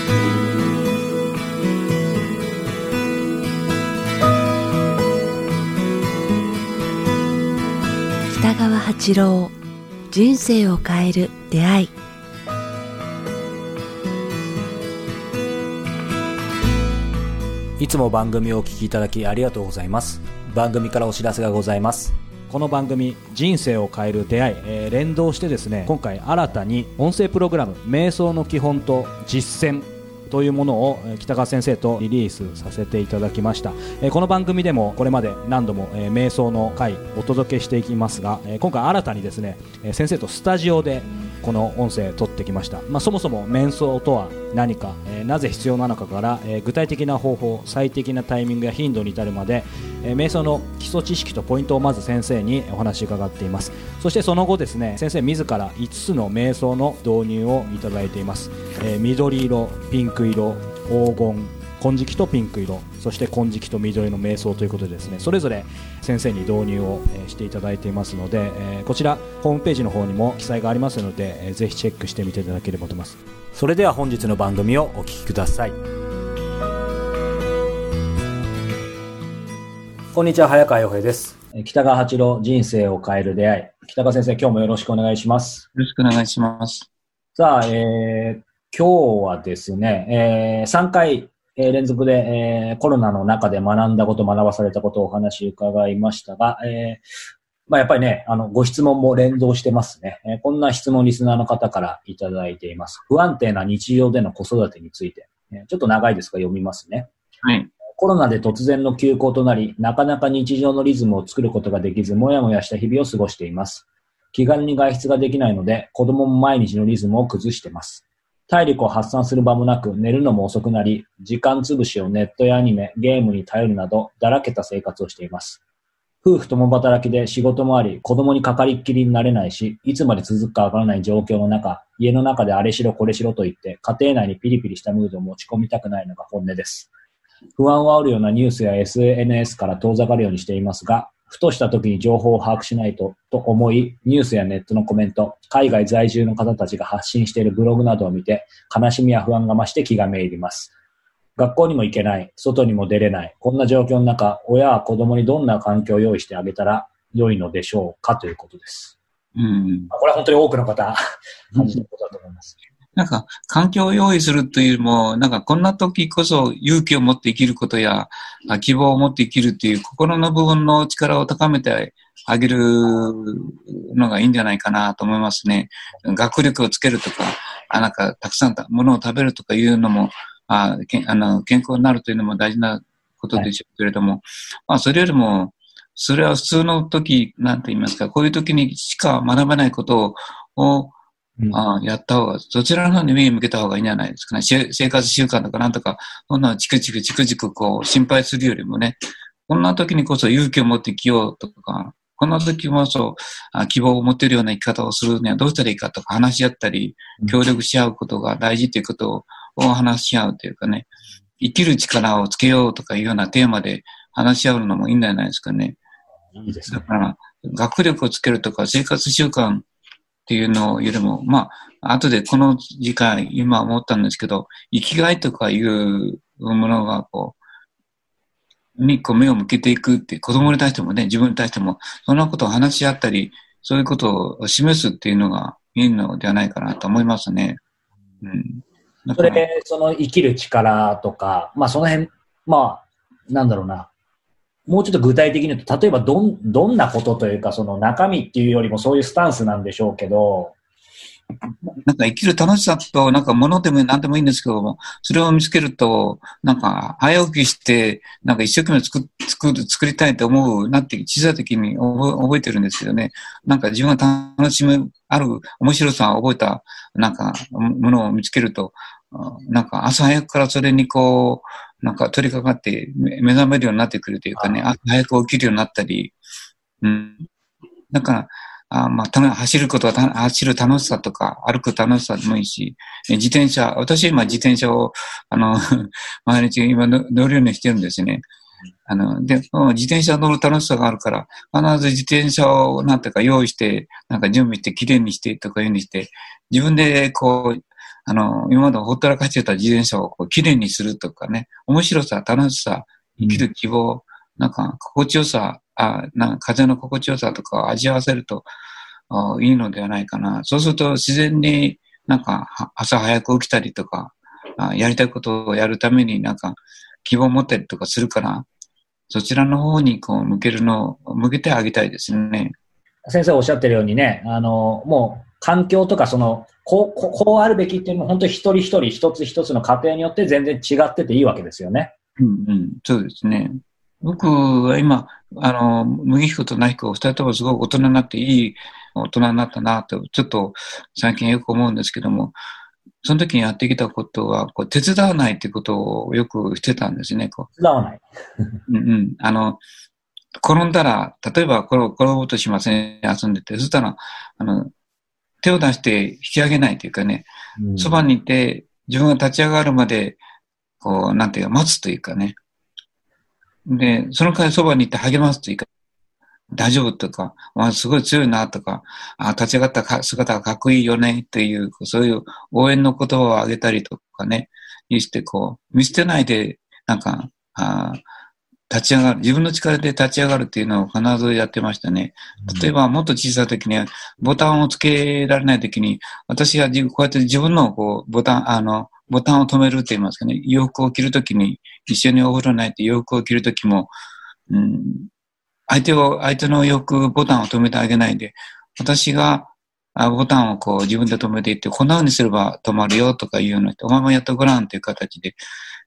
北川八郎、人生を変える出会い。 いつも番組をお聞きいただきありがとうございます。番組からお知らせがございます。この番組人生を変える出会い、連動してですね、今回新たに音声プログラム瞑想の基本と実践というものを北川先生とリリースさせていただきました。この番組でもこれまで何度も瞑想の回お届けしていきますが、今回新たにですね、先生とスタジオでこの音声撮ってきました。そもそも瞑想とは何か、なぜ必要なのかから、具体的な方法、最適なタイミングや頻度に至るまで、瞑想の基礎知識とポイントをまず先生にお話伺っています。そしてその後ですね、先生自ら5つの瞑想の導入をいただいています。緑色、ピンク色、黄金、金色とピンク色、そして金色と緑の瞑想ということでですね、それぞれ先生に導入をしていただいていますので、こちらホームページの方にも記載がありますので、ぜひチェックしてみていただければと思います。それでは本日の番組をお聞きください。こんにちは、早川洋平です。北川八郎、人生を変える出会い。北川先生、今日もよろしくお願いします。 よろしくお願いします。 さあ、今日はですね、3回連続で、コロナの中で学んだこと、学ばされたことをお話伺いましたが、やっぱりね、ご質問も連動してますね。こんな質問リスナーの方からいただいています。不安定な日常での子育てについて。ちょっと長いですが読みますね。 はい。 コロナで突然の休校となり、なかなか日常のリズムを作ることができず、もやもやした日々を過ごしています。気軽に外出ができないので、子供も毎日のリズムを崩しています。体力を発散する場もなく、寝るのも遅くなり、時間つぶしをネットやアニメ、ゲームに頼るなど、だらけた生活をしています。夫婦共働きで仕事もあり、子供にかかりっきりになれないし、いつまで続くかわからない状況の中、家の中であれしろこれしろと言って、家庭内にピリピリしたムードを持ち込みたくないのが本音です。不安を煽るようなニュースや SNS から遠ざかるようにしていますが、ふとした時に情報を把握しないと思い、ニュースやネットのコメント、海外在住の方たちが発信しているブログなどを見て、悲しみや不安が増して気がめいります。学校にも行けない、外にも出れない、こんな状況の中、親は子供にどんな環境を用意してあげたら良いのでしょうかということです。これは本当に多くの方、感じることだと思います。 なんか、環境を用意するというよりも、なんかこんな時こそ勇気を持って生きることや、希望を持って生きるっていう心の部分の力を高めてあげるのがいいんじゃないかなと思いますね。学力をつけるとか、なんかたくさん物を食べるとかいうのも、健康になるというのも大事なことでしょうけれども、それよりも、それは普通の時、なんて言いますか、こういう時にしか学べないことを、やった方が、そちらの方に目を向けた方がいいんじゃないですかね。生活習慣とかなんとか、そんなのチクチクこう心配するよりもね、こんな時にこそ勇気を持って生きようとか、こんな時こそ希望を持てるような生き方をするにはどうしたらいいかとか話し合ったり、協力し合うことが大事ということを話し合うというかね、生きる力をつけようとかいうようなテーマで話し合うのもいいんじゃないですかね。 いいですね。 だから、学力をつけるとか生活習慣っていうのよりも、後でこの時間、今思ったんですけど、生きがいとかいうものが、に目を向けていくって、子供に対してもね、自分に対しても、そんなことを話し合ったり、そういうことを示すっていうのがいいのではないかなと思いますね。 それで、その生きる力とか、その辺、なんだろうな。もうちょっと具体的に言うと、例えばどんなことというか、その中身っていうよりもそういうスタンスなんでしょうけど。 なんか生きる楽しさと、なんか物でも何でもいいんですけども、それを見つけると、なんか早起きして、なんか一生懸命作りたいと思うなって小さい時に覚えてるんですよね。なんか自分が楽しみある面白さを覚えた、なんかものを見つけると、なんか朝早くからそれになんか取り掛かって目覚めるようになってくるというかね、早く起きるようになったり、だから、走る楽しさとか、歩く楽しさでもいいし、私は今自転車を、毎日今乗るようにしてるんですね。で、自転車乗る楽しさがあるから、必ず自転車をなんていうか用意して、なんか準備して、きれいにしてとかいうにして、自分で今までほったらかしてた自転車をこう、きれいにするとかね、面白さ、楽しさ、生きる希望、なんか、心地よさ、風の心地よさとかを味わわせるといいのではないかな。そうすると自然になんか朝早く起きたりとか、やりたいことをやるためになんか希望を持ったりとかするから、そちらの方にこう向けてあげたいですね。 先生おっしゃってるようにね、もう環境とかこうあるべきっていうのも本当に一人一人一つ一つの家庭によって全然違ってていいわけですよね。 そうですね。僕は今、麦彦となひこ二人ともすごく大人になっていい大人になったなと、ちょっと最近よく思うんですけども、その時にやってきたことは、手伝わないっていうことをよくしてたんですね。 手伝わない。 転んだら、例えば転ぼうとしません、遊んでて、そしたら、手を出して引き上げないというかね、そばにいて、自分が立ち上がるまで、なんていうか、待つというかね。で、その回そばに行って励ますというか、大丈夫とか、すごい強いなとか、立ち上がった姿がかっこいいよねっていう、そういう応援の言葉をあげたりとかね、にして見捨てないで、なんか、立ち上がる、自分の力で立ち上がるっていうのを必ずやってましたね。例えば、もっと小さい時には、ボタンをつけられない時に、私がこうやって自分のボタンを止めるって言いますかね、洋服を着る時に、一緒にお風呂に入って洋服を着る時も、相手の洋服ボタンを止めてあげないで、私がボタンを自分で止めていって、こんな風にすれば止まるよとかいうのって、お前もやってごらんっていう形で、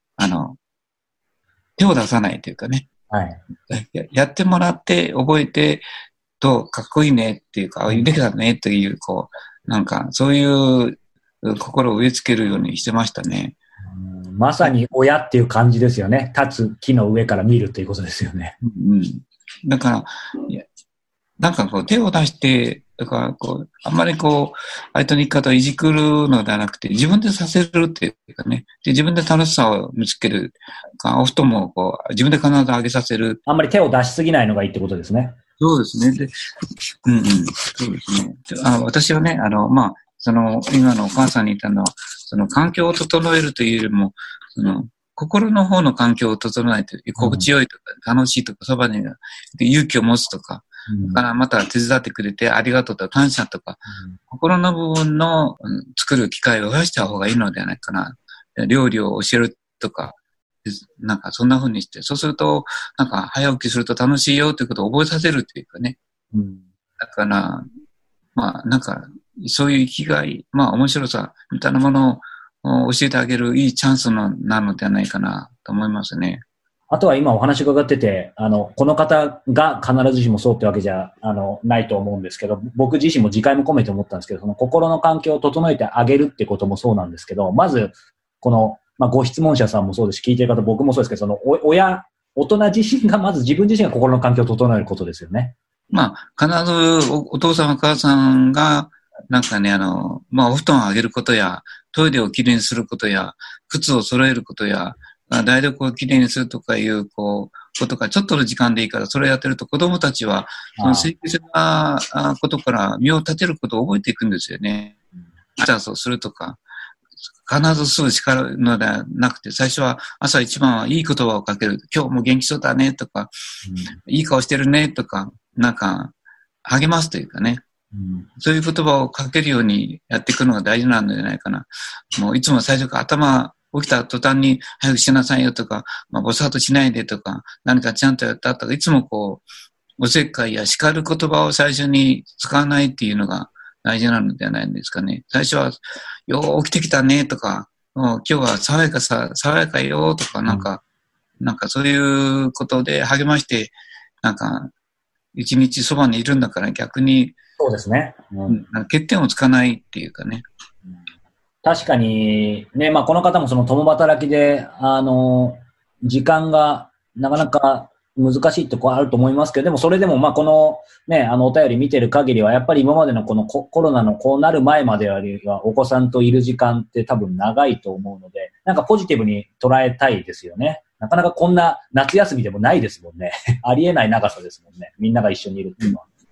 手を出さないというかね。 はい。 やってもらって覚えてかっこいいねっていうか、できたねっていう、なんかそういう心を植え付けるようにしてましたね。 まさに親っていう感じですよね。立つ木の上から見るということですよね。 だから、なんか手を出して、だからあんまり相手の生き方をいじくるのではなくて、自分でさせるっていうかね。で、自分で楽しさを見つける。お布団も自分で必ず上げさせる。 あんまり手を出しすぎないのがいいってことですね。 そうですね。で、そうですね。私はね、今のお母さんに言ったのは、環境を整えるというよりも、心の方の環境を整えて、心地よいとか、楽しいとか、そばに勇気を持つとか、だからまた手伝ってくれてありがとうとか感謝とか、心の部分の作る機会を増やした方がいいのではないかな。料理を教えるとか、なんかそんな風にして、そうすると、なんか早起きすると楽しいよということを覚えさせるっていうかね。だから、なんか、そういう生きがい、面白さみたいなものを教えてあげるいいチャンスなのではないかなと思いますね。 あとは今お話伺ってて、この方が必ずしもそうってわけじゃ、ないと思うんですけど、僕自身も自戒も込めて思ったんですけど、その心の環境を整えてあげるってこともそうなんですけど、まず、ご質問者さんもそうですし、聞いてる方、僕もそうですけど、大人自身がまず自分自身が心の環境を整えることですよね。 必ずお父さんお母さんが、なんかね、お布団をあげることや、トイレをきれいにすることや、靴を揃えることや、台所をきれいにするとかいう、ことがちょっとの時間でいいから、それをやってると子供たちは、その清潔なことから身を立てることを覚えていくんですよね。朝をするとか、必ずすぐ叱るのではなくて、最初は朝一番はいい言葉をかける。今日も元気そうだねとか、いい顔してるねとか、なんか、励ますというかね。そういう言葉をかけるようにやっていくのが大事なんじゃないかな。もういつも最初から頭起きた途端に早くしなさいよとか、ぼさっとしないでとか、何かちゃんとやったとか、いつもおせっかいや叱る言葉を最初に使わないっていうのが大事なのではないんですかね。最初は、起きてきたねとか、今日は爽やかよとか、なんかそういうことで励まして、なんか、一日そばにいるんだから逆に、 そうですね。 欠点をつかないっていうかね。 確かに、ね、この方もその共働きで、時間がなかなか難しいところあると思いますけど、でもそれでもこのね、お便り見てる限りは、やっぱり今までのこのコロナのこうなる前までよりはお子さんといる時間って多分長いと思うので、なんかポジティブに捉えたいですよね。なかなかこんな夏休みでもないですもんね。ありえない長さですもんね。みんなが一緒にいるっていうのは。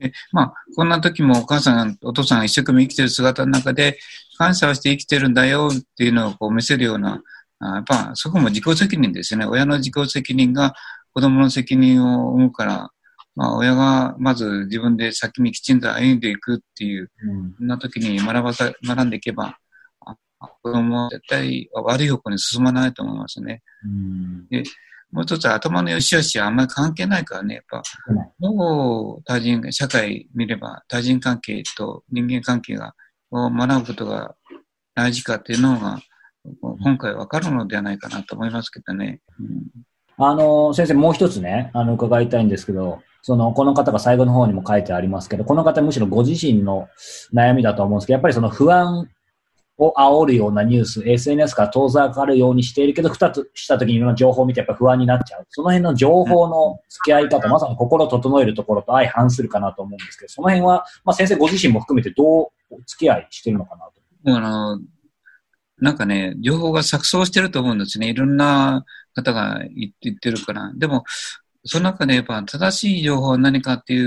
で、こんな時もお母さん、お父さんが一生懸命生きてる姿の中で、感謝をして生きてるんだよっていうのをこう見せるような、やっぱそこも自己責任ですよね。親の自己責任が子供の責任を生むから、親がまず自分で先にきちんと歩んでいくっていう、そんな時に学んでいけば、子供は絶対悪い方向に進まないと思いますね。で、もう一つ頭の良し悪しはあんまり関係ないからね、やっぱ、どう社会見れば対人関係と人間関係を学ぶことが大事かっていうのが、今回わかるのではないかなと思いますけどね。 先生もう一つね、伺いたいんですけど、この方が最後の方にも書いてありますけど、この方むしろご自身の悩みだと思うんですけど、やっぱりその不安を煽るようなニュース、SNS から遠ざかるようにしているけど、二つした時にいろんな情報を見てやっぱ不安になっちゃう。その辺の情報の付き合い方、まさに心を整えるところと相反するかなと思うんですけど、その辺は、先生ご自身も含めてどう付き合いしてるのかなと。 なんかね、情報が錯綜してると思うんですね。いろんな方が言ってるから。でも、その中でやっぱ正しい情報は何かっていう、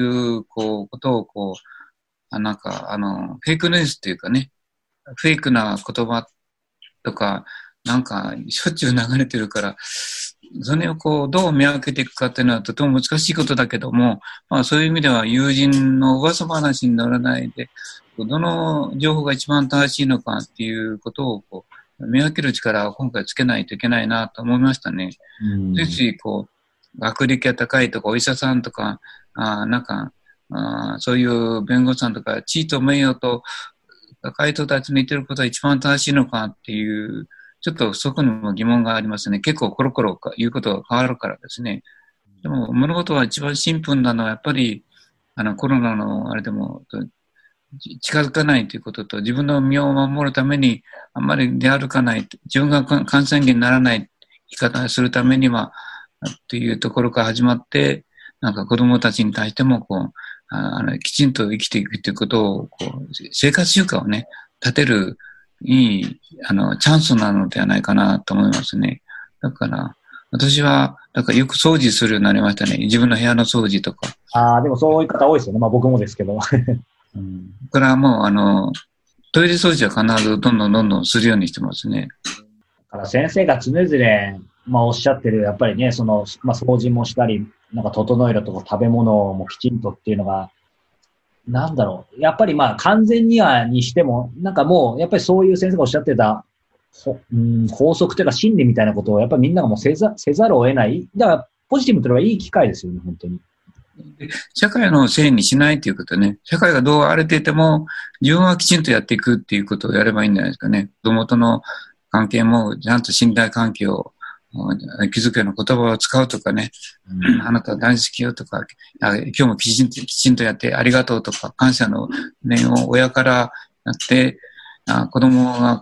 ことをフェイクニュースっていうかね、フェイクな言葉とか、なんか、しょっちゅう流れてるから、それをどう見分けていくかっていうのはとても難しいことだけども、そういう意味では友人の噂話に乗らないで、どの情報が一番正しいのかっていうことを見分ける力を今回つけないといけないなと思いましたね。ぜひ学歴が高いとかお医者さんとか、そういう弁護士さんとか地位と名誉と高い人たちの言ってることは一番正しいのかっていう、ちょっとそこにも疑問がありますね。結構コロコロ言うことが変わるからですね。でも物事は一番シンプルなのはやっぱりコロナのあれでも近づかないということと、自分の身を守るためにあんまり出歩かない、自分が感染源にならない生き方をするためにはっていうところから始まって、子供たちに対してもきちんと生きていくということを生活習慣をね立てるいいチャンスなのではないかなと思いますね。だから私はよく掃除するようになりましたね。自分の部屋の掃除とか。 でもそういう方多いですよね。僕もですけど。 これはもうトイレ掃除は必ずどんどんするようにしてますね。 だから先生が常々おっしゃってるやっぱりね、掃除もしたり、整えるとか食べ物もきちんとっていうのが、やっぱり完全にしても、もう、やっぱりそういう先生がおっしゃってた、法則というか真理みたいなことを、やっぱりみんながもうせざるを得ない。だから、ポジティブというのはいい機会ですよね、本当に。 社会のせいにしないということね。社会がどう荒れていても、自分はきちんとやっていくっていうことをやればいいんじゃないですかね。子供との関係も、ちゃんと信頼関係を築くような言葉を使うとかね、あなたは大好きよとか、今日もきちんとやってありがとうとか、感謝の念を親からやって、子供が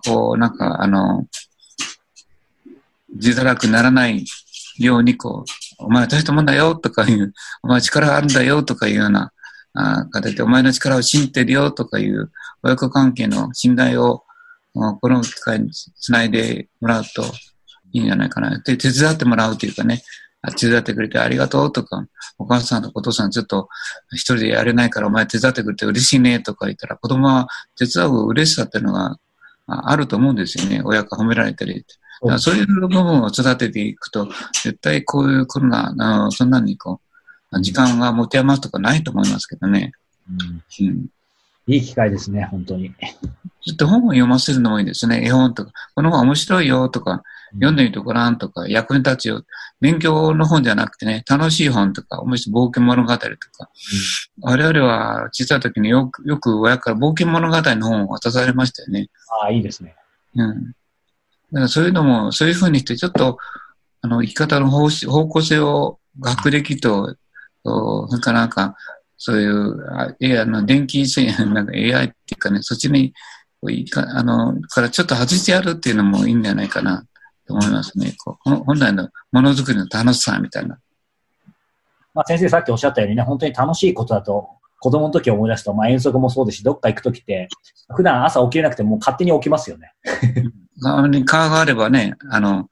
自堕落にならないようにお前は大したもんだよとかいう、お前は力があるんだよとかいうような形で、お前の力を信じてるよとかいう親子関係の信頼をこの機会につないでもらうといいんじゃないかな。で、手伝ってもらうというかね、手伝ってくれてありがとうとか、お母さんとお父さんちょっと一人でやれないからお前手伝ってくれて嬉しいねとか言ったら、子供は手伝う嬉しさっていうのがあると思うんですよね。親が褒められたり。そういう部分を育てていくと、絶対こういうコロナ、そんなに時間が持て余すとかないと思いますけどね。 いい機会ですね、本当に。 ちょっと本を読ませるのもいいですね。絵本とか、この本面白いよとか、読んでみてごらんとか、役に立つよ。勉強の本じゃなくてね、楽しい本とか、面白い冒険物語とか。我々は小さい時によく親から冒険物語の本を渡されましたよね。 いいですね。 だからそういうのも、そういう風にして、ちょっと、生き方の方向性を学歴と、それからそういう、電気製品、AI っていうかね、そっちに、からちょっと外してやるっていうのもいいんじゃないかなと思いますね。本来のものづくりの楽しさみたいな。 先生さっきおっしゃったようにね、本当に楽しいことだと、子供の時を思い出すと、遠足もそうですし、どっか行く時って、普段朝起きれなくても勝手に起きますよね。 川があればね、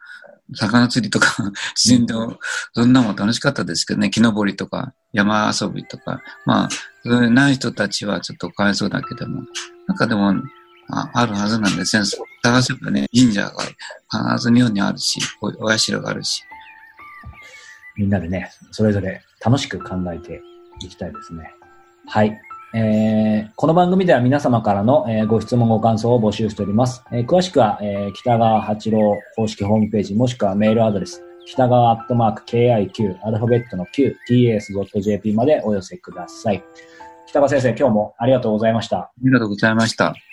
魚釣りとか、自然と、そんなも楽しかったですけどね、木登りとか、山遊びとか、まあ、そういうない人たちはちょっとかわいそうだけども、なんかでも、あるはずなんですね。探せばね、神社が必ず日本にあるし、お社があるし。 みんなでね、それぞれ楽しく考えていきたいですね。はい。この番組では皆様からの、ご質問ご感想を募集しております。詳しくは、北川八郎公式ホームページもしくはメールアドレス北川@KIQ アルファベットの QTAS.jp までお寄せください。北川先生、今日もありがとうございました。 ありがとうございました。